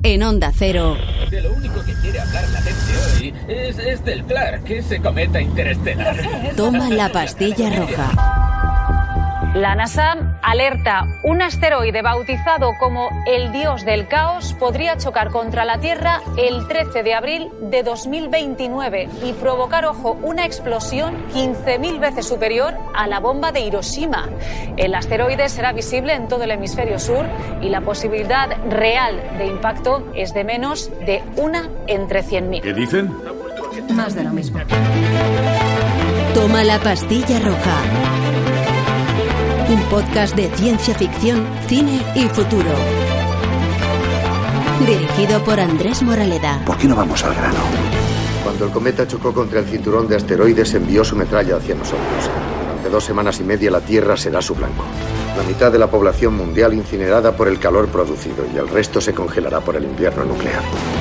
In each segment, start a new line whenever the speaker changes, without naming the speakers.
En Onda Cero.
De lo único que quiere hablar la gente hoy es del Clark, ese cometa interestelar.
Toma la pastilla roja.
La NASA alerta: un asteroide bautizado como el dios del caos podría chocar contra la Tierra el 13 de abril de 2029 y provocar, ojo, una explosión 15.000 veces superior a la bomba de Hiroshima. El asteroide será visible en todo el hemisferio sur y la posibilidad real de impacto es de menos de 1 entre 100.000.
¿Qué dicen?
Más de lo mismo.
Toma la pastilla roja. Un podcast de ciencia ficción, cine y futuro. Dirigido por Andrés Moraleda.
¿Por qué no vamos al grano?
Cuando el cometa chocó contra el cinturón de asteroides, envió su metralla hacia nosotros. Durante 2 semanas y media la Tierra será su blanco. La mitad de la población mundial incinerada por el calor producido y el resto se congelará por el invierno nuclear.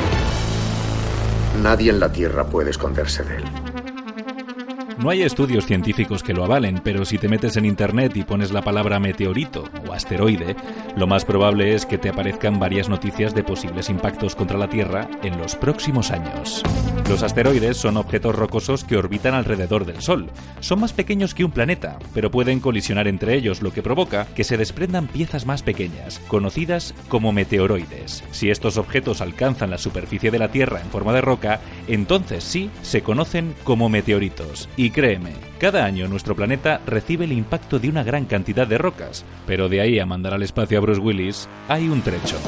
Nadie en la Tierra puede esconderse de él.
No hay estudios científicos que lo avalen, pero si te metes en internet y pones la palabra meteorito o asteroide, lo más probable es que te aparezcan varias noticias de posibles impactos contra la Tierra en los próximos años. Los asteroides son objetos rocosos que orbitan alrededor del Sol. Son más pequeños que un planeta, pero pueden colisionar entre ellos, lo que provoca que se desprendan piezas más pequeñas, conocidas como meteoroides. Si estos objetos alcanzan la superficie de la Tierra en forma de roca, entonces sí se conocen como meteoritos. Y créeme, cada año nuestro planeta recibe el impacto de una gran cantidad de rocas, pero de ahí a mandar al espacio a Bruce Willis hay un trecho.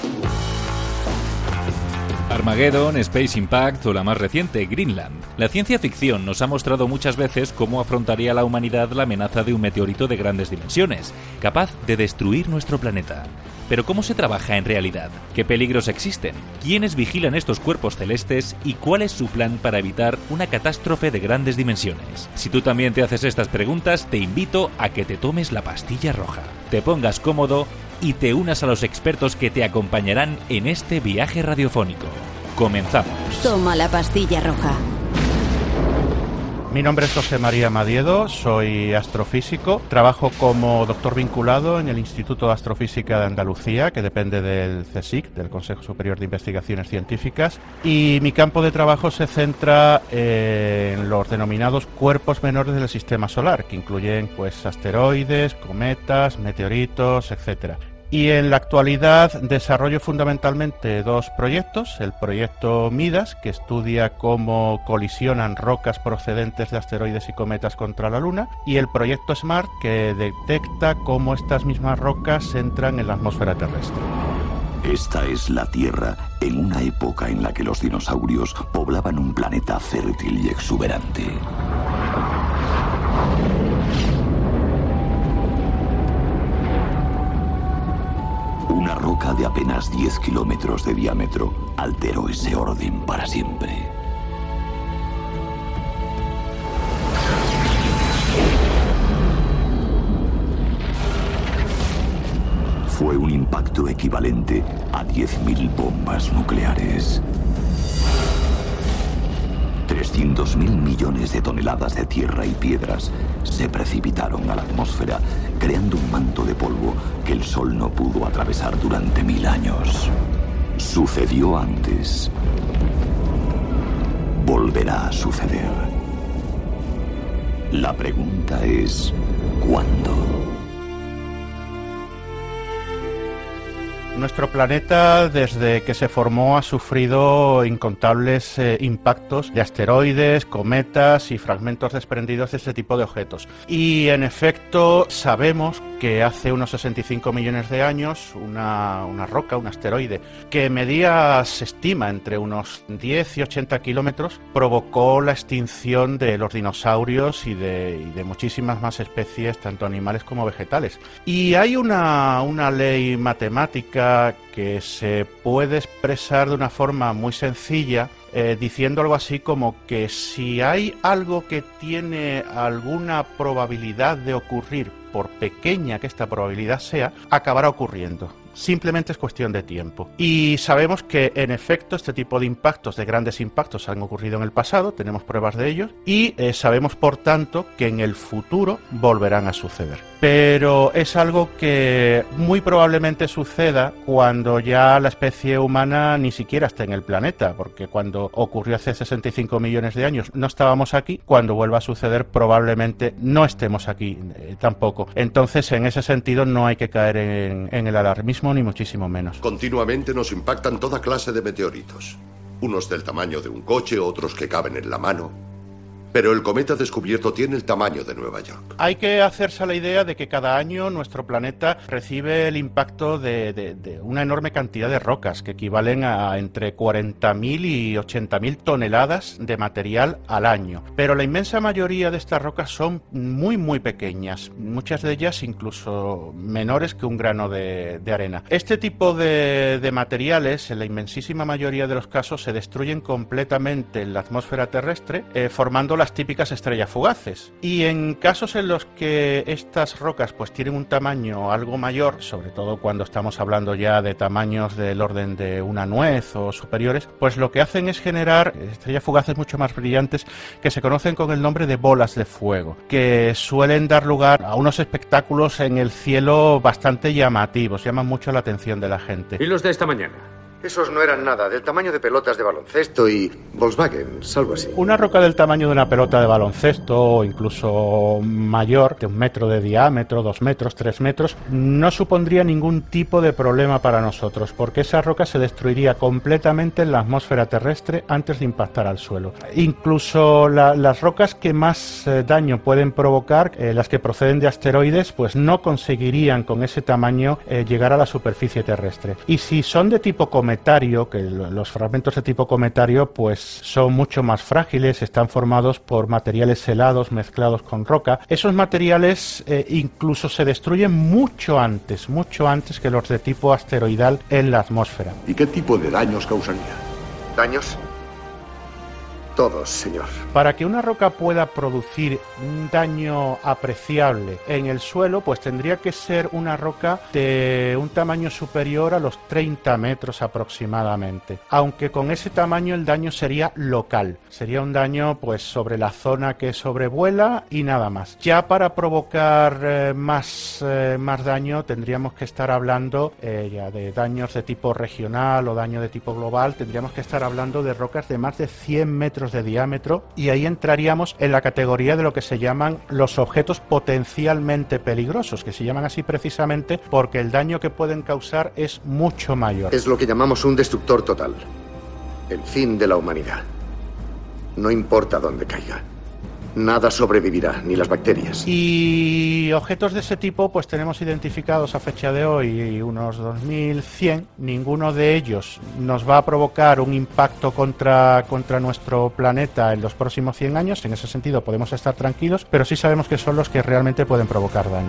Armageddon, Space Impact o la más reciente, Greenland. La ciencia ficción nos ha mostrado muchas veces cómo afrontaría la humanidad la amenaza de un meteorito de grandes dimensiones, capaz de destruir nuestro planeta. Pero ¿cómo se trabaja en realidad? ¿Qué peligros existen? ¿Quiénes vigilan estos cuerpos celestes? ¿Y cuál es su plan para evitar una catástrofe de grandes dimensiones? Si tú también te haces estas preguntas, te invito a que te tomes la pastilla roja, te pongas cómodo y te unas a los expertos que te acompañarán en este viaje radiofónico. Comenzamos.
Toma la pastilla roja.
Mi nombre es José María Madiedo, soy astrofísico, trabajo como doctor vinculado en el Instituto de Astrofísica de Andalucía, que depende del CSIC, del Consejo Superior de Investigaciones Científicas, y mi campo de trabajo se centra en los denominados cuerpos menores del Sistema Solar, que incluyen pues asteroides, cometas, meteoritos, etcétera. Y en la actualidad desarrollo fundamentalmente 2 proyectos. El proyecto MIDAS, que estudia cómo colisionan rocas procedentes de asteroides y cometas contra la Luna, y el proyecto SMART, que detecta cómo estas mismas rocas entran en la atmósfera terrestre.
Esta es la Tierra en una época en la que los dinosaurios poblaban un planeta fértil y exuberante. Una roca de apenas 10 kilómetros de diámetro alteró ese orden para siempre. Fue un impacto equivalente a 10.000 bombas nucleares. 300.000 millones de toneladas de tierra y piedras se precipitaron a la atmósfera, creando un manto de polvo que el Sol no pudo atravesar durante 1000 años. Sucedió antes. Volverá a suceder. La pregunta es, ¿cuándo?
Nuestro planeta, desde que se formó, ha sufrido incontables impactos de asteroides, cometas y fragmentos desprendidos de este tipo de objetos. Y, en efecto, sabemos que hace unos 65 millones de años, una roca, un asteroide, que medía, se estima, entre unos 10 y 80 kilómetros, provocó la extinción de los dinosaurios y de muchísimas más especies, tanto animales como vegetales. Y hay una ley matemática que se puede expresar de una forma muy sencilla, diciendo algo así como que si hay algo que tiene alguna probabilidad de ocurrir, por pequeña que esta probabilidad sea, acabará ocurriendo. simplemente es cuestión de tiempo. Y sabemos que, en efecto, este tipo de impactos, de grandes impactos, han ocurrido en el pasado, tenemos pruebas de ellos, y sabemos, por tanto, que en el futuro volverán a suceder. Pero es algo que muy probablemente suceda cuando ya la especie humana ni siquiera esté en el planeta, porque cuando ocurrió hace 65 millones de años no estábamos aquí, cuando vuelva a suceder probablemente no estemos aquí tampoco. Entonces, en ese sentido, no hay que caer en el alarmismo, ni muchísimo menos.
Continuamente nos impactan toda clase de meteoritos. Unos del tamaño de un coche, otros que caben en la mano. Pero el cometa descubierto tiene el tamaño de Nueva York.
Hay que hacerse a la idea de que cada año nuestro planeta recibe el impacto de una enorme cantidad de rocas, que equivalen a entre 40.000 y 80.000 toneladas de material al año. Pero la inmensa mayoría de estas rocas son muy, muy pequeñas, muchas de ellas incluso menores que un grano de arena. Este tipo de materiales, en la inmensísima mayoría de los casos, se destruyen completamente en la atmósfera terrestre, formando las típicas estrellas fugaces. Y en casos en los que estas rocas pues tienen un tamaño algo mayor, sobre todo cuando estamos hablando ya de tamaños del orden de una nuez o superiores, pues lo que hacen es generar estrellas fugaces mucho más brillantes, que se conocen con el nombre de bolas de fuego, que suelen dar lugar a unos espectáculos en el cielo bastante llamativos, llaman mucho la atención de la gente.
¿Y los de esta mañana?
Esos no eran nada, del tamaño de pelotas de baloncesto y Volkswagen, algo así.
Una roca del tamaño de una pelota de baloncesto, o incluso mayor, de 1 metro de diámetro, 2 metros, 3 metros, no supondría ningún tipo de problema para nosotros, porque esa roca se destruiría completamente en la atmósfera terrestre antes de impactar al suelo. Incluso las rocas que más daño pueden provocar, las que proceden de asteroides, pues no conseguirían con ese tamaño llegar a la superficie terrestre. Y si son de tipo cometario, que los fragmentos de tipo cometario pues son mucho más frágiles, están formados por materiales helados mezclados con roca. Esos materiales incluso se destruyen mucho antes que los de tipo asteroidal en la atmósfera.
¿Y qué tipo de daños causaría?
¿Daños? Todos, señor.
Para que una roca pueda producir un daño apreciable en el suelo, pues tendría que ser una roca de un tamaño superior a los 30 metros aproximadamente. Aunque con ese tamaño el daño sería local. Sería un daño pues sobre la zona que sobrevuela y nada más. Ya para provocar más daño tendríamos que estar hablando ya de daños de tipo regional o daño de tipo global. Tendríamos que estar hablando de rocas de más de 100 metros de diámetro, y ahí entraríamos en la categoría de lo que se llaman los objetos potencialmente peligrosos, que se llaman así precisamente porque el daño que pueden causar es mucho mayor.
Es lo que llamamos un destructor total. El fin de la humanidad. No importa dónde caiga. Nada sobrevivirá, ni las bacterias.
Y objetos de ese tipo pues tenemos identificados a fecha de hoy unos 2100. Ninguno de ellos nos va a provocar un impacto contra nuestro planeta en los próximos 100 años. En ese sentido podemos estar tranquilos, pero sí sabemos que son los que realmente pueden provocar daño.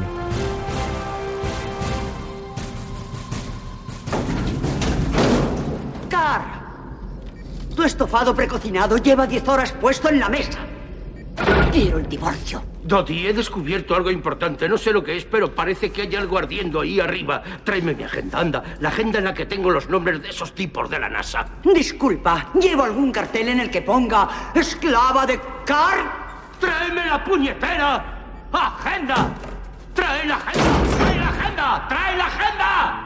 Carl, tu estofado precocinado lleva 10 horas puesto en la mesa. Quiero el divorcio.
Dodi, he descubierto algo importante. No sé lo que es, pero parece que hay algo ardiendo ahí arriba. Tráeme mi agenda, anda. La agenda en la que tengo los nombres de esos tipos de la NASA.
Disculpa, ¿llevo algún cartel en el que ponga esclava de Carl?
¡Tráeme la puñetera agenda! ¡Trae la agenda! ¡Trae la agenda! ¡Trae la agenda!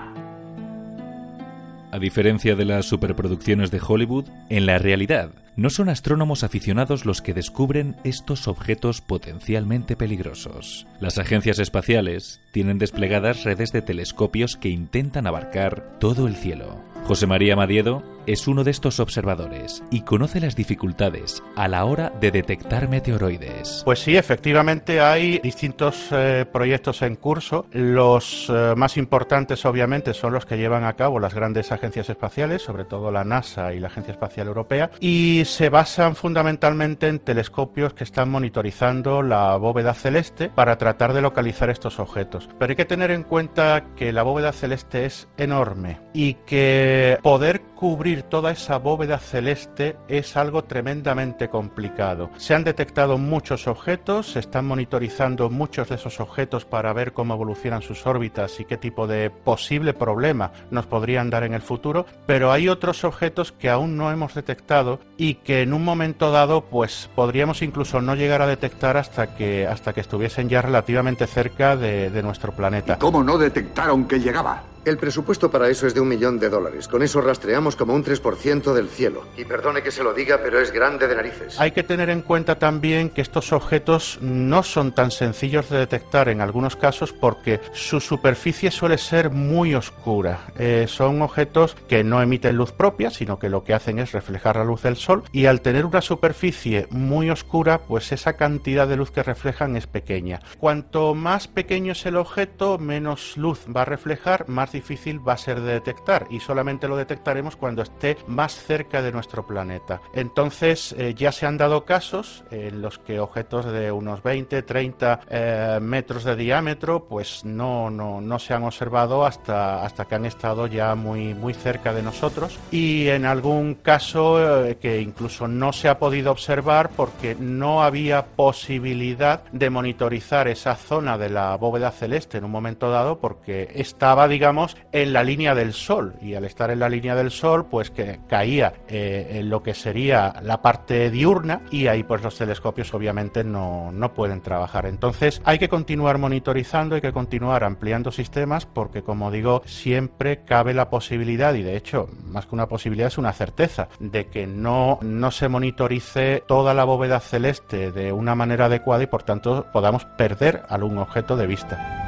A diferencia de las superproducciones de Hollywood, en la realidad no son astrónomos aficionados los que descubren estos objetos potencialmente peligrosos. Las agencias espaciales tienen desplegadas redes de telescopios que intentan abarcar todo el cielo. José María Madiedo es uno de estos observadores y conoce las dificultades a la hora de detectar meteoroides.
Pues sí, efectivamente hay distintos proyectos en curso. Los más importantes obviamente son los que llevan a cabo las grandes agencias espaciales, sobre todo la NASA y la Agencia Espacial Europea, y se basan fundamentalmente en telescopios que están monitorizando la bóveda celeste para tratar de localizar estos objetos. Pero hay que tener en cuenta que la bóveda celeste es enorme y que poder cubrir cubrir toda esa bóveda celeste es algo tremendamente complicado. Se han detectado muchos objetos, se están monitorizando muchos de esos objetos para ver cómo evolucionan sus órbitas y qué tipo de posible problema nos podrían dar en el futuro, pero hay otros objetos que aún no hemos detectado y que en un momento dado pues podríamos incluso no llegar a detectar hasta que estuviesen ya relativamente cerca de nuestro planeta.
¿Y cómo no detectaron que llegaba?
El presupuesto para eso es de $1 millón. Con eso rastreamos como un 3% del cielo. Y perdone que se lo diga, pero es grande de narices.
Hay que tener en cuenta también que estos objetos no son tan sencillos de detectar en algunos casos porque su superficie suele ser muy oscura. Son objetos que no emiten luz propia, sino que lo que hacen es reflejar la luz del sol, y al tener una superficie muy oscura, pues esa cantidad de luz que reflejan es pequeña. Cuanto más pequeño es el objeto, menos luz va a reflejar, más difícil va a ser de detectar, y solamente lo detectaremos cuando esté más cerca de nuestro planeta. Entonces ya se han dado casos en los que objetos de unos 20-30 metros de diámetro pues no se han observado hasta que han estado ya muy cerca de nosotros, y en algún caso que incluso no se ha podido observar porque no había posibilidad de monitorizar esa zona de la bóveda celeste en un momento dado porque estaba, digamos, en la línea del Sol, y al estar en la línea del Sol pues que caía en lo que sería la parte diurna, y ahí pues los telescopios obviamente no pueden trabajar. Entonces hay que continuar monitorizando, hay que continuar ampliando sistemas porque, como digo, siempre cabe la posibilidad, y de hecho más que una posibilidad es una certeza, de que no se monitorice toda la bóveda celeste de una manera adecuada y por tanto podamos perder algún objeto de vista.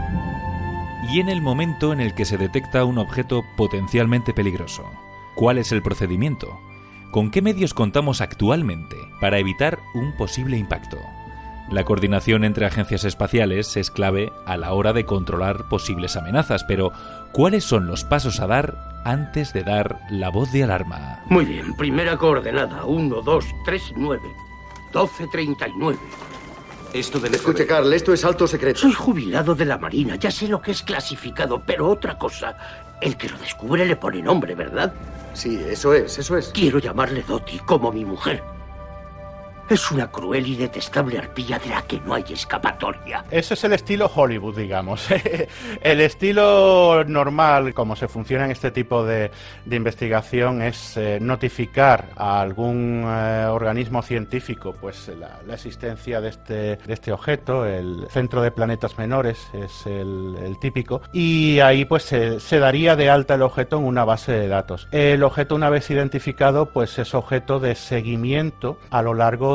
Y en el momento en el que se detecta un objeto potencialmente peligroso, ¿cuál es el procedimiento? ¿Con qué medios contamos actualmente para evitar un posible impacto? La coordinación entre agencias espaciales es clave a la hora de controlar posibles amenazas, pero ¿cuáles son los pasos a dar antes de dar la voz de alarma?
Muy bien, primera coordenada, 1, 2, 3, 9, 12, 39.
Escuche, Carl, esto es alto secreto.
Soy jubilado de la Marina, ya sé lo que es clasificado, pero otra cosa, el que lo descubre le pone nombre, ¿verdad?
Sí, eso es.
Quiero llamarle Dottie, como mi mujer. Es una cruel y detestable arpilla de la que no hay escapatoria.
Ese es el estilo Hollywood, digamos. El estilo normal, como se funciona en este tipo de investigación, es notificar a algún organismo científico pues la existencia de este objeto. El Centro de Planetas Menores es el típico, y ahí pues se daría de alta el objeto en una base de datos. El objeto, una vez identificado, pues es objeto de seguimiento a lo largo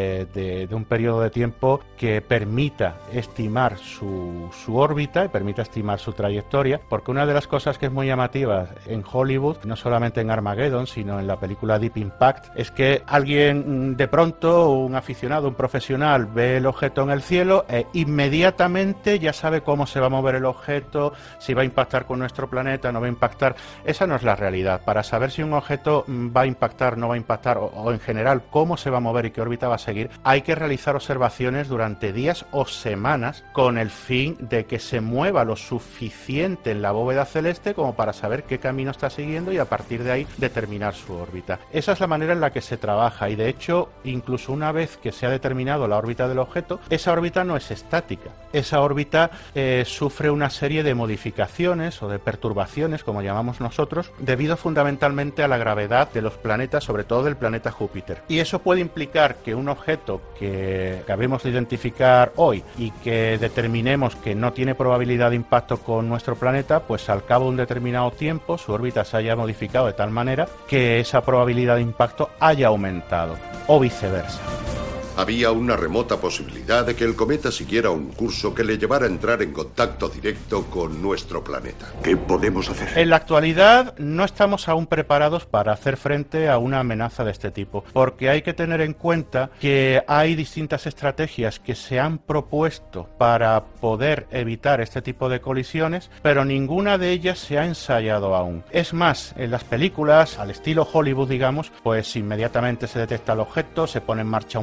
de un periodo de tiempo que permita estimar su órbita y permita estimar su trayectoria, porque una de las cosas que es muy llamativa en Hollywood, no solamente en Armageddon, sino en la película Deep Impact, es que alguien de pronto, un aficionado, un profesional, ve el objeto en el cielo e inmediatamente ya sabe cómo se va a mover el objeto, si va a impactar con nuestro planeta, no va a impactar. Esa no es la realidad. Para saber si un objeto va a impactar, no va a impactar, o en general cómo se va a mover y qué órbita va a seguir, hay que realizar observaciones durante días o semanas con el fin de que se mueva lo suficiente en la bóveda celeste como para saber qué camino está siguiendo y a partir de ahí determinar su órbita. Esa es la manera en la que se trabaja, y de hecho incluso una vez que se ha determinado la órbita del objeto, esa órbita no es estática. Esa órbita sufre una serie de modificaciones o de perturbaciones, como llamamos nosotros, debido fundamentalmente a la gravedad de los planetas, sobre todo del planeta Júpiter. Y eso puede implicar que un objeto que acabemos de identificar hoy y que determinemos que no tiene probabilidad de impacto con nuestro planeta, pues al cabo de un determinado tiempo su órbita se haya modificado de tal manera que esa probabilidad de impacto haya aumentado, o viceversa.
Había una remota posibilidad de que el cometa siguiera un curso que le llevara a entrar en contacto directo con nuestro planeta.
¿Qué podemos hacer?
En la actualidad no estamos aún preparados para hacer frente a una amenaza de este tipo, porque hay que tener en cuenta que hay distintas estrategias que se han propuesto para poder evitar este tipo de colisiones, pero ninguna de ellas se ha ensayado aún. Es más, en las películas, al estilo Hollywood, digamos, pues inmediatamente se detecta el objeto, se pone en marcha un plan,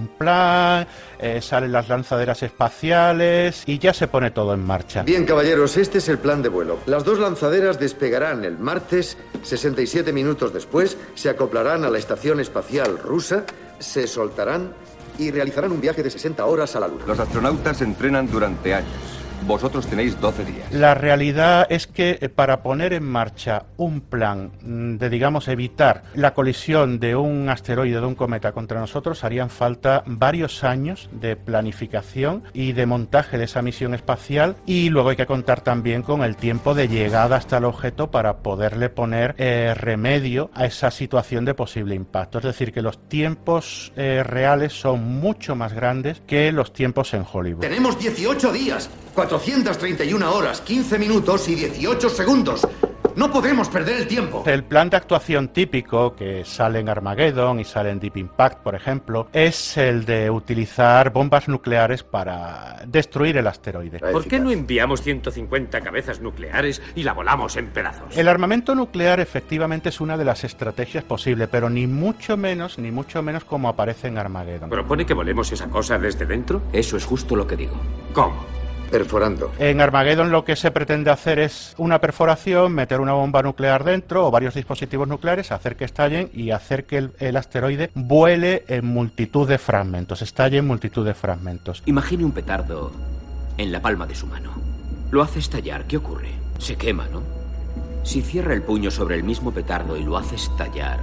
plan, salen las lanzaderas espaciales y ya se pone todo en marcha.
Bien, caballeros, este es el plan de vuelo. Las 2 lanzaderas despegarán el martes, 67 minutos después, se acoplarán a la estación espacial rusa, se soltarán y realizarán un viaje de 60 horas a la Luna.
Los astronautas entrenan durante años. Vosotros tenéis 12 días.
La realidad es que para poner en marcha un plan de, digamos, evitar la colisión de un asteroide, de un cometa contra nosotros, harían falta varios años de planificación y de montaje de esa misión espacial, y luego hay que contar también con el tiempo de llegada hasta el objeto para poderle poner remedio a esa situación de posible impacto. Es decir, que los tiempos reales son mucho más grandes que los tiempos en Hollywood.
Tenemos 18 días. 431 horas, 15 minutos y 18 segundos. No podemos perder el tiempo.
El plan de actuación típico que sale en Armageddon y sale en Deep Impact, por ejemplo, es el de utilizar bombas nucleares para destruir el asteroide.
¿Por qué no enviamos 150 cabezas nucleares y la volamos en pedazos?
El armamento nuclear efectivamente es una de las estrategias posibles, pero ni mucho menos como aparece en Armageddon.
¿Propone que volemos esa cosa desde dentro?
Eso es justo lo que digo.
¿Cómo?
Perforando.
En Armageddon lo que se pretende hacer es una perforación, meter una bomba nuclear dentro o varios dispositivos nucleares, hacer que estallen y hacer que el asteroide vuele en multitud de fragmentos, estalle en multitud de fragmentos.
Imagine un petardo en la palma de su mano. Lo hace estallar, ¿qué ocurre? Se quema, ¿no? Si cierra el puño sobre el mismo petardo y lo hace estallar...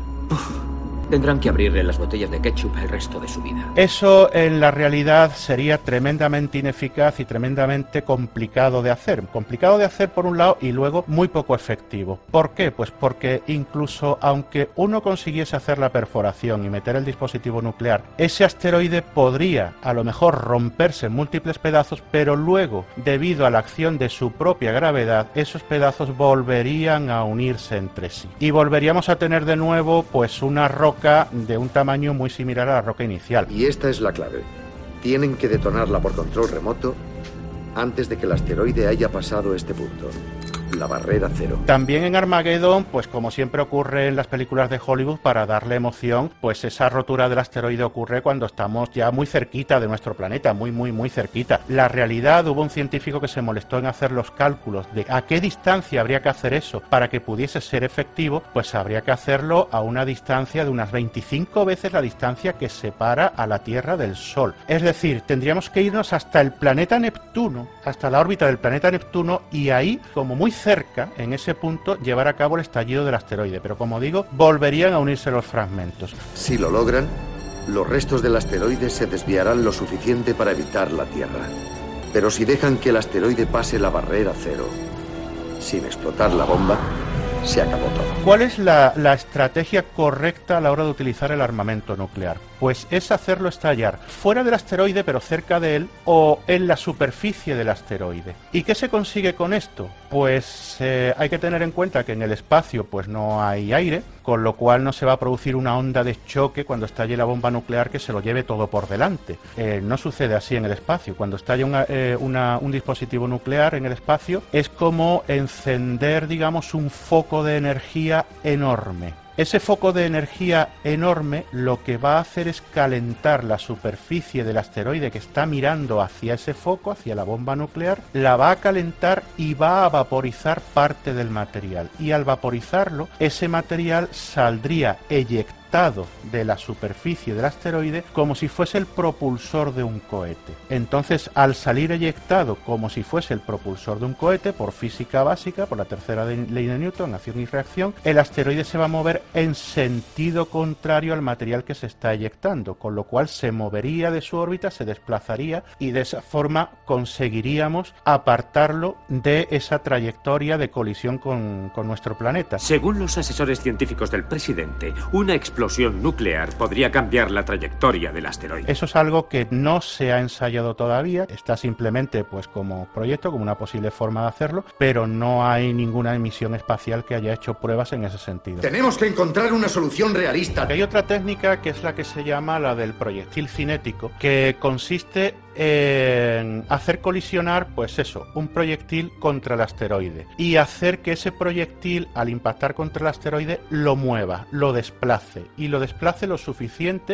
tendrán que abrirle las botellas de ketchup el resto de su vida.
Eso en la realidad sería tremendamente ineficaz y tremendamente complicado de hacer. Complicado de hacer por un lado y luego muy poco efectivo. ¿Por qué? Pues porque incluso aunque uno consiguiese hacer la perforación y meter el dispositivo nuclear, ese asteroide podría a lo mejor romperse en múltiples pedazos, pero luego, debido a la acción de su propia gravedad, esos pedazos volverían a unirse entre sí. Y volveríamos a tener de nuevo pues una roca de un tamaño muy similar a la roca inicial.
Y esta es la clave. Tienen que detonarla por control remoto antes de que el asteroide haya pasado este punto. La barrera cero.
También en Armageddon, pues como siempre ocurre en las películas de Hollywood, para darle emoción, pues esa rotura del asteroide ocurre cuando estamos ya muy cerquita de nuestro planeta, muy cerquita. La realidad, hubo un científico que se molestó en hacer los cálculos de a qué distancia habría que hacer eso para que pudiese ser efectivo, pues habría que hacerlo a una distancia de unas 25 veces la distancia que separa a la Tierra del Sol. Es decir, tendríamos que irnos hasta el planeta Neptuno, hasta la órbita del planeta Neptuno, y ahí, como muy cerca, en ese punto, llevar a cabo el estallido del asteroide. Pero como digo, volverían a unirse los fragmentos.
Si lo logran, los restos del asteroide se desviarán lo suficiente para evitar la Tierra. Pero si dejan que el asteroide pase la barrera cero, sin explotar la bomba, se acabó todo.
¿Cuál es la estrategia correcta a la hora de utilizar el armamento nuclear? Pues es hacerlo estallar fuera del asteroide, pero cerca de él, o en la superficie del asteroide. ¿Y qué se consigue con esto? Pues hay que tener en cuenta que en el espacio pues no hay aire, con lo cual no se va a producir una onda de choque cuando estalle la bomba nuclear que se lo lleve todo por delante. No sucede así en el espacio. Cuando estalle un dispositivo nuclear en el espacio, es como encender, digamos, un foco de energía enorme. Ese foco de energía enorme lo que va a hacer es calentar la superficie del asteroide que está mirando hacia ese foco, hacia la bomba nuclear, la va a calentar y va a vaporizar parte del material. Y al vaporizarlo, ese material saldría eyectado de la superficie del asteroide como si fuese el propulsor de un cohete. Entonces, al salir eyectado como si fuese el propulsor de un cohete, por física básica, por la tercera ley de Newton, acción y reacción, el asteroide se va a mover en sentido contrario al material que se está eyectando, con lo cual se movería de su órbita, se desplazaría y de esa forma conseguiríamos apartarlo de esa trayectoria de colisión con nuestro planeta.
Según los asesores científicos del presidente, una explosión nuclear podría cambiar la trayectoria del asteroide.
Eso es algo que no se ha ensayado todavía, está simplemente pues como proyecto, como una posible forma de hacerlo, pero no hay ninguna misión espacial que haya hecho pruebas en ese sentido.
Tenemos que encontrar una solución realista.
Hay otra técnica que es la que se llama la del proyectil cinético, que consiste en hacer colisionar, pues eso, un proyectil contra el asteroide y hacer que ese proyectil, al impactar contra el asteroide, lo mueva, lo desplace y lo desplace lo suficiente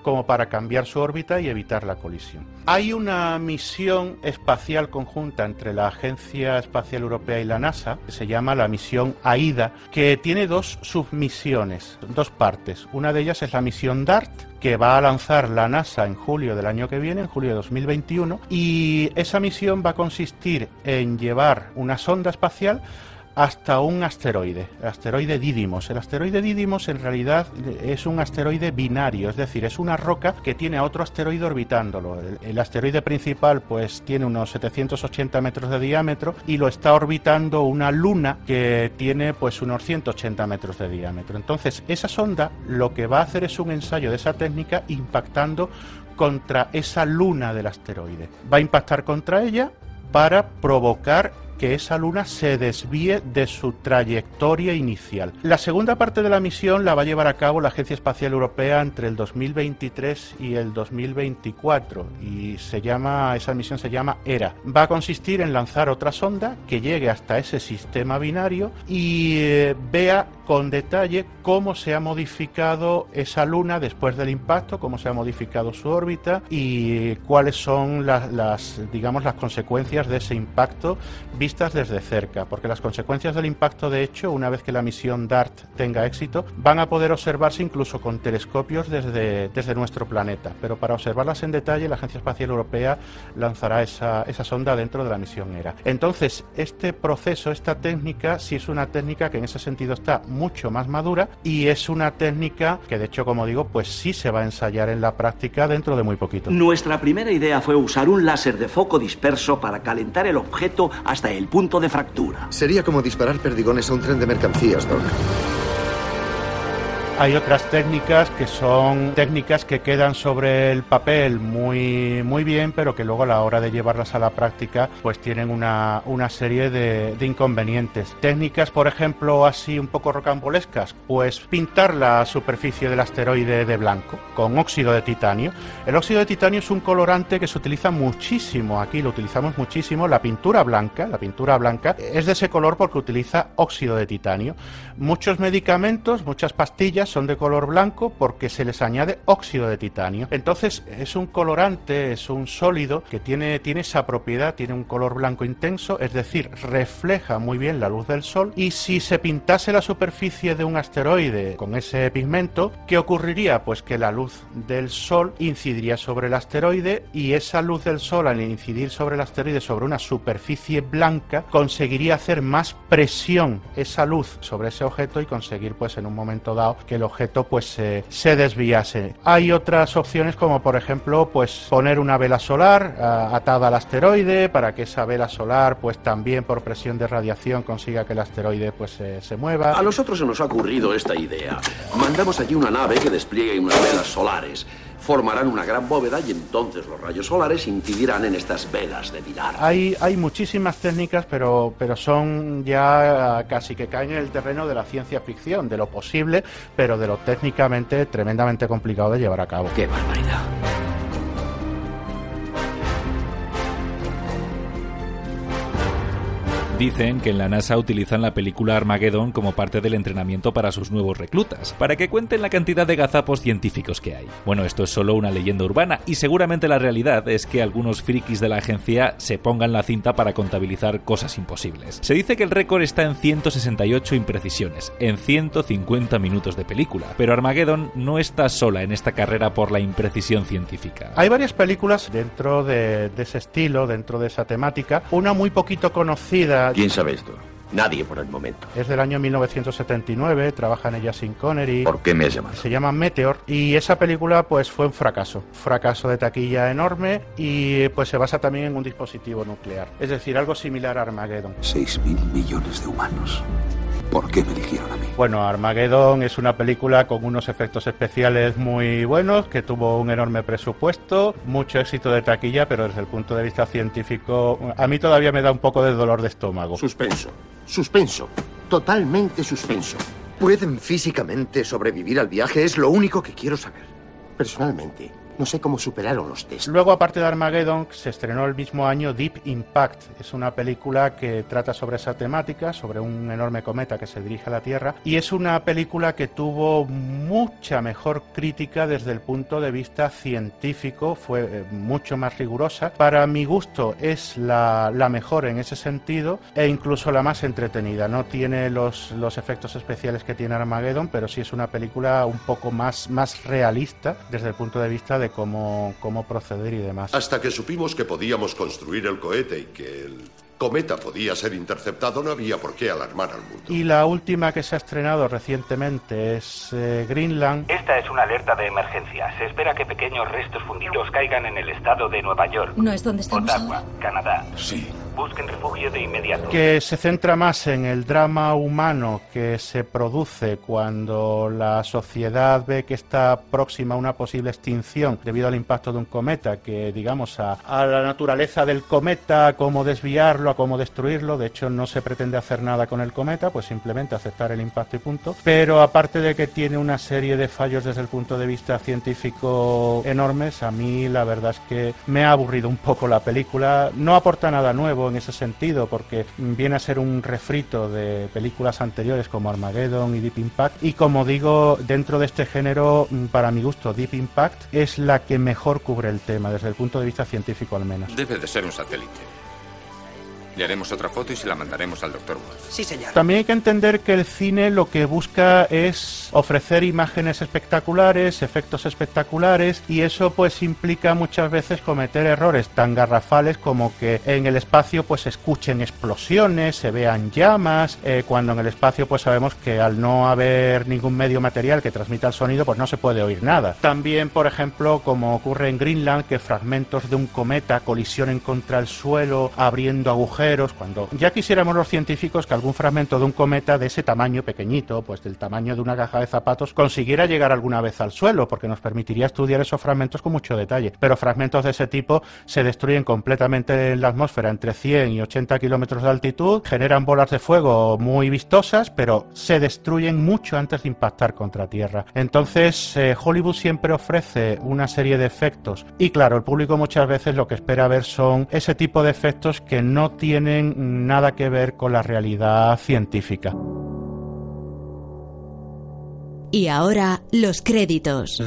como para cambiar su órbita y evitar la colisión. Hay una misión espacial conjunta entre la Agencia Espacial Europea y la NASA, que se llama la misión AIDA, que tiene dos submisiones, dos partes. Una de ellas es la misión DART, que va a lanzar la NASA en julio del año que viene, en julio de 2021, y esa misión va a consistir en llevar una sonda espacial hasta un asteroide, el asteroide Didymos. El asteroide Didymos en realidad es un asteroide binario, es decir, es una roca que tiene a otro asteroide orbitándolo. El asteroide principal pues tiene unos 780 metros de diámetro y lo está orbitando una luna que tiene pues unos 180 metros de diámetro. Entonces esa sonda lo que va a hacer es un ensayo de esa técnica impactando contra esa luna del asteroide. Va a impactar contra ella para provocar que esa luna se desvíe de su trayectoria inicial. La segunda parte de la misión la va a llevar a cabo la Agencia Espacial Europea entre el 2023 y el 2024 y esa misión se llama ERA. Va a consistir en lanzar otra sonda que llegue hasta ese sistema binario y vea con detalle cómo se ha modificado esa luna después del impacto, cómo se ha modificado su órbita y cuáles son las consecuencias de ese impacto vistas desde cerca, porque las consecuencias del impacto, de hecho, una vez que la misión DART tenga éxito, van a poder observarse incluso con telescopios desde nuestro planeta, pero para observarlas en detalle la Agencia Espacial Europea lanzará esa sonda dentro de la misión ERA. Entonces, este proceso, esta técnica, sí es una técnica que en ese sentido está mucho más madura y es una técnica que, de hecho, como digo, pues sí se va a ensayar en la práctica dentro de muy poquito.
Nuestra primera idea fue usar un láser de foco disperso para calentar el objeto hasta el punto de fractura.
Sería como disparar perdigones a un tren de mercancías, Doc.
Hay otras técnicas que son técnicas que quedan sobre el papel muy bien, pero que luego a la hora de llevarlas a la práctica pues tienen una serie de inconvenientes. Técnicas, por ejemplo, así un poco rocambolescas, pues pintar la superficie del asteroide de blanco con óxido de titanio. El óxido de titanio es un colorante que se utiliza muchísimo, aquí lo utilizamos muchísimo. La pintura blanca es de ese color porque utiliza óxido de titanio. Muchos medicamentos, muchas pastillas son de color blanco porque se les añade óxido de titanio. Entonces es un colorante, es un sólido que tiene esa propiedad, tiene un color blanco intenso, es decir, refleja muy bien la luz del sol, y si se pintase la superficie de un asteroide con ese pigmento, ¿qué ocurriría? Pues que la luz del sol incidiría sobre el asteroide y esa luz del sol, al incidir sobre el asteroide sobre una superficie blanca, conseguiría hacer más presión esa luz sobre ese objeto y conseguir pues en un momento dado que el objeto pues se desviase. Hay otras opciones como por ejemplo pues poner una vela solar atada al asteroide para que esa vela solar pues también por presión de radiación consiga que el asteroide pues se mueva.
A nosotros se nos ha ocurrido esta idea. Mandamos allí una nave que despliegue unas velas solares. Formarán una gran bóveda y entonces los rayos solares incidirán en estas velas de pilar.
Hay muchísimas técnicas, pero son ya casi que caen en el terreno de la ciencia ficción, de lo posible, pero de lo técnicamente tremendamente complicado de llevar a cabo.
¡Qué barbaridad!
Dicen que en la NASA utilizan la película Armageddon como parte del entrenamiento para sus nuevos reclutas, para que cuenten la cantidad de gazapos científicos que hay. Bueno, esto es solo una leyenda urbana y seguramente la realidad es que algunos frikis de la agencia se pongan la cinta para contabilizar cosas imposibles. Se dice que el récord está en 168 imprecisiones, en 150 minutos de película, pero Armageddon no está sola en esta carrera por la imprecisión científica.
Hay varias películas dentro de ese estilo, dentro de esa temática, una muy poquito conocida.
¿Quién sabe esto? Nadie por el momento.
Es del año 1979, trabaja en ella Sean Connery.
¿Por qué me has llamado?
Se llama Meteor y esa película pues fue un fracaso de taquilla enorme y pues se basa también en un dispositivo nuclear, es decir, algo similar a Armageddon.
6.000 millones de humanos. ¿Por qué me eligieron a mí?
Bueno, Armageddon es una película con unos efectos especiales muy buenos, que tuvo un enorme presupuesto, mucho éxito de taquilla, pero desde el punto de vista científico, a mí todavía me da un poco de dolor de estómago.
Suspenso. Totalmente suspenso.
¿Pueden físicamente sobrevivir al viaje? Es lo único que quiero saber.
Personalmente,
No sé cómo superaron los test.
Luego, aparte de Armageddon, se estrenó el mismo año Deep Impact. Es una película que trata sobre esa temática, sobre un enorme cometa que se dirige a la Tierra, y es una película que tuvo mucha mejor crítica desde el punto de vista científico, fue mucho más rigurosa. Para mi gusto es la mejor en ese sentido e incluso la más entretenida. No tiene los efectos especiales que tiene Armageddon, pero sí es una película un poco más realista desde el punto de vista de cómo proceder y demás.
Hasta que supimos que podíamos construir el cohete y que el cometa podía ser interceptado, no había por qué alarmar al mundo.
Y la última que se ha estrenado recientemente es Greenland.
Esta es una alerta de emergencia. Se espera que pequeños restos fundidos caigan en el estado de Nueva York.
¿No es donde estamos
Ottawa,
ahora?
Canadá.
Sí.
Busquen refugio de inmediato.
Que se centra más en el drama humano que se produce cuando la sociedad ve que está próxima a una posible extinción debido al impacto de un cometa, que digamos a la naturaleza del cometa, a cómo desviarlo, a cómo destruirlo. De hecho, no se pretende hacer nada con el cometa, pues simplemente aceptar el impacto y punto. Pero aparte de que tiene una serie de fallos desde el punto de vista científico enormes, a mí la verdad es que me ha aburrido un poco la película. No aporta nada nuevo en ese sentido, porque viene a ser un refrito de películas anteriores como Armageddon y Deep Impact, y como digo, dentro de este género, para mi gusto, Deep Impact es la que mejor cubre el tema, desde el punto de vista científico al menos.
Debe de ser un satélite. Le haremos otra foto y se la mandaremos al Dr. Wolf.
Sí, señor.
También hay que entender que el cine lo que busca es ofrecer imágenes espectaculares, efectos espectaculares, y eso pues implica muchas veces cometer errores tan garrafales como que en el espacio pues se escuchen explosiones, se vean llamas, cuando en el espacio pues sabemos que al no haber ningún medio material que transmita el sonido pues no se puede oír nada. También, por ejemplo, como ocurre en Greenland, que fragmentos de un cometa colisionen contra el suelo abriendo agujeros, cuando ya quisiéramos los científicos que algún fragmento de un cometa de ese tamaño pequeñito, pues del tamaño de una caja de zapatos, consiguiera llegar alguna vez al suelo, porque nos permitiría estudiar esos fragmentos con mucho detalle. Pero fragmentos de ese tipo se destruyen completamente en la atmósfera entre 100 y 80 kilómetros de altitud, generan bolas de fuego muy vistosas, pero se destruyen mucho antes de impactar contra Tierra. Entonces, Hollywood siempre ofrece una serie de efectos, y claro, el público muchas veces lo que espera ver son ese tipo de efectos que no tienen nada que ver con la realidad científica.
Y ahora, los créditos.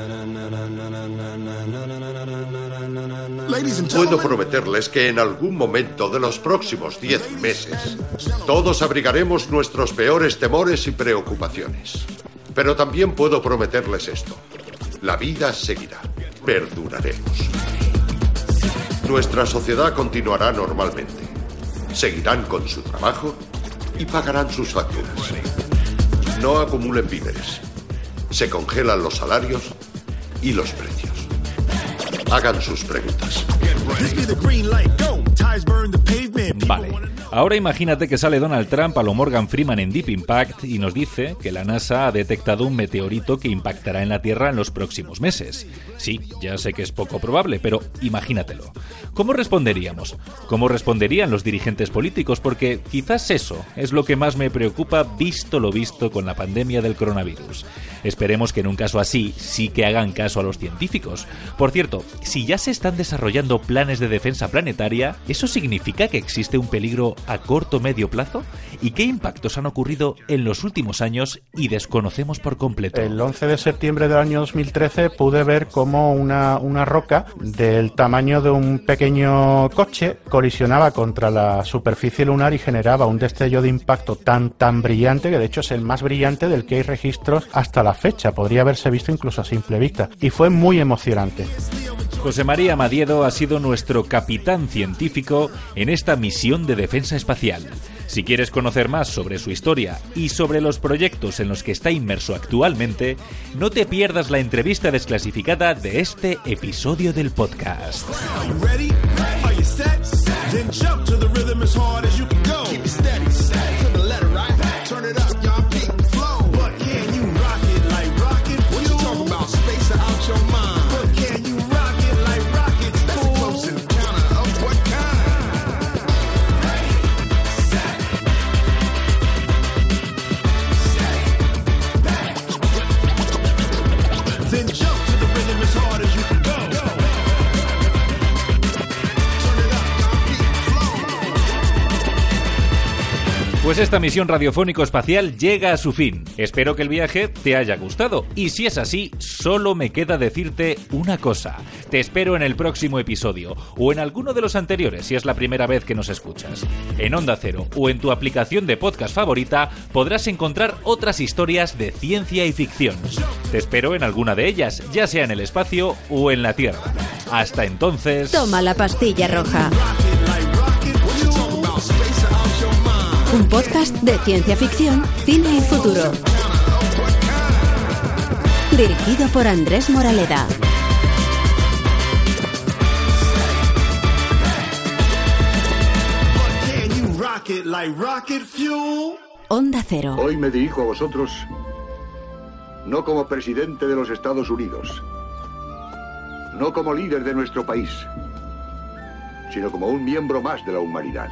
Puedo prometerles que en algún momento de los próximos 10 meses, todos abrigaremos nuestros peores temores y preocupaciones. Pero también puedo prometerles esto: la vida seguirá, perduraremos. Nuestra sociedad continuará normalmente. Seguirán con su trabajo y pagarán sus facturas. No acumulen víveres. Se congelan los salarios y los precios. Hagan sus preguntas.
Vale, ahora imagínate que sale Donald Trump a lo Morgan Freeman en Deep Impact y nos dice que la NASA ha detectado un meteorito que impactará en la Tierra en los próximos meses. Sí, ya sé que es poco probable, pero imagínatelo. ¿Cómo responderíamos? ¿Cómo responderían los dirigentes políticos? Porque quizás eso es lo que más me preocupa, visto lo visto con la pandemia del coronavirus. Esperemos que en un caso así sí que hagan caso a los científicos. Por cierto, si ya se están desarrollando planes de defensa planetaria, ¿eso significa que existe un peligro a corto o medio plazo? ¿Y qué impactos han ocurrido en los últimos años y desconocemos por completo?
El 11 de septiembre del año 2013 pude ver cómo una roca del tamaño de un pequeño coche colisionaba contra la superficie lunar y generaba un destello de impacto tan brillante, que de hecho es el más brillante del que hay registros hasta la fecha. Podría haberse visto incluso a simple vista. Y fue muy emocionante.
José María Madiedo ha sido nuestro capitán científico en esta misión de defensa espacial. Si quieres conocer más sobre su historia y sobre los proyectos en los que está inmerso actualmente, no te pierdas la entrevista desclasificada de este episodio del podcast.
Then jump to the rhythm as hard as you can go.
Pues esta misión radiofónico-espacial llega a su fin. Espero que el viaje te haya gustado. Y si es así, solo me queda decirte una cosa. Te espero en el próximo episodio, o en alguno de los anteriores si es la primera vez que nos escuchas. En Onda Cero o en tu aplicación de podcast favorita podrás encontrar otras historias de ciencia y ficción. Te espero en alguna de ellas, ya sea en el espacio o en la Tierra. Hasta entonces...
Toma la pastilla roja. Un podcast de ciencia ficción, cine y futuro. Dirigido por Andrés Moraleda. Onda Cero.
Hoy me dirijo a vosotros no como presidente de los Estados Unidos, no como líder de nuestro país, sino como un miembro más de la humanidad.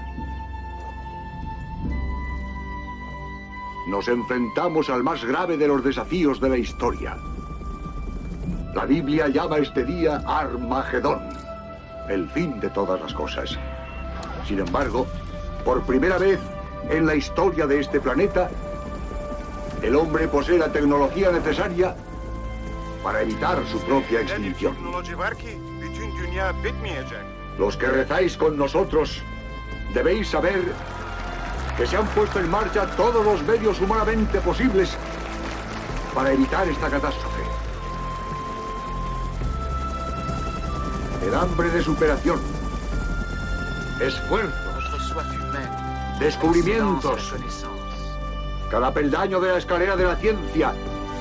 Nos enfrentamos al más grave de los desafíos de la historia. La Biblia llama este día Armagedón, el fin de todas las cosas. Sin embargo, por primera vez en la historia de este planeta, el hombre posee la tecnología necesaria para evitar su propia extinción. Los que rezáis con nosotros debéis saber que se han puesto en marcha todos los medios humanamente posibles para evitar esta catástrofe. El hambre de superación, esfuerzos, descubrimientos, cada peldaño de la escalera de la ciencia,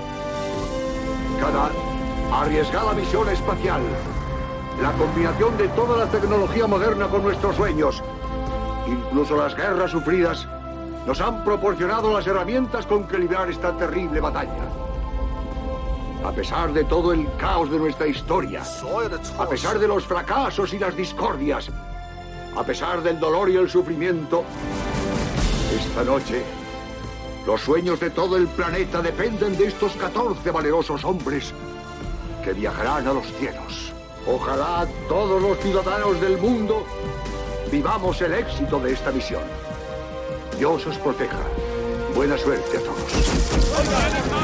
cada arriesgada misión espacial, la combinación de toda la tecnología moderna con nuestros sueños, incluso las guerras sufridas, nos han proporcionado las herramientas con que librar esta terrible batalla. A pesar de todo el caos de nuestra historia, a pesar de los fracasos y las discordias, a pesar del dolor y el sufrimiento, esta noche, los sueños de todo el planeta dependen de estos 14 valerosos hombres que viajarán a los cielos. Ojalá todos los ciudadanos del mundo vivamos el éxito de esta misión. Dios os proteja. Buena suerte a todos.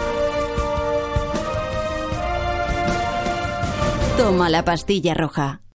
Toma la pastilla roja.